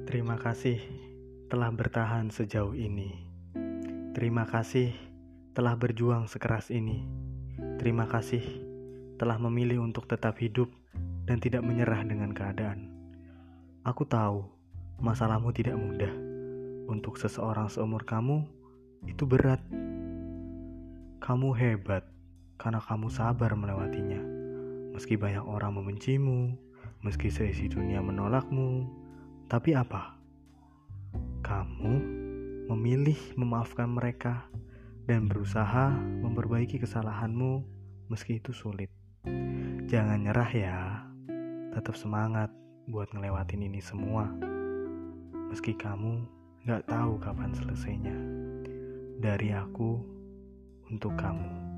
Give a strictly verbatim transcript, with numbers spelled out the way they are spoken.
Terima kasih telah bertahan sejauh ini. Terima kasih telah berjuang sekeras ini. Terima kasih telah memilih untuk tetap hidup dan tidak menyerah dengan keadaan. Aku tahu masalahmu tidak mudah. Untuk seseorang seumur kamu, itu berat. Kamu hebat karena kamu sabar melewatinya. Meski banyak orang membencimu, meski seisi dunia menolakmu, tapi apa? Kamu memilih memaafkan mereka dan berusaha memperbaiki kesalahanmu meski itu sulit. Jangan nyerah ya, tetap semangat buat ngelewatin ini semua. Meski kamu gak tahu kapan selesainya. Dari aku untuk kamu.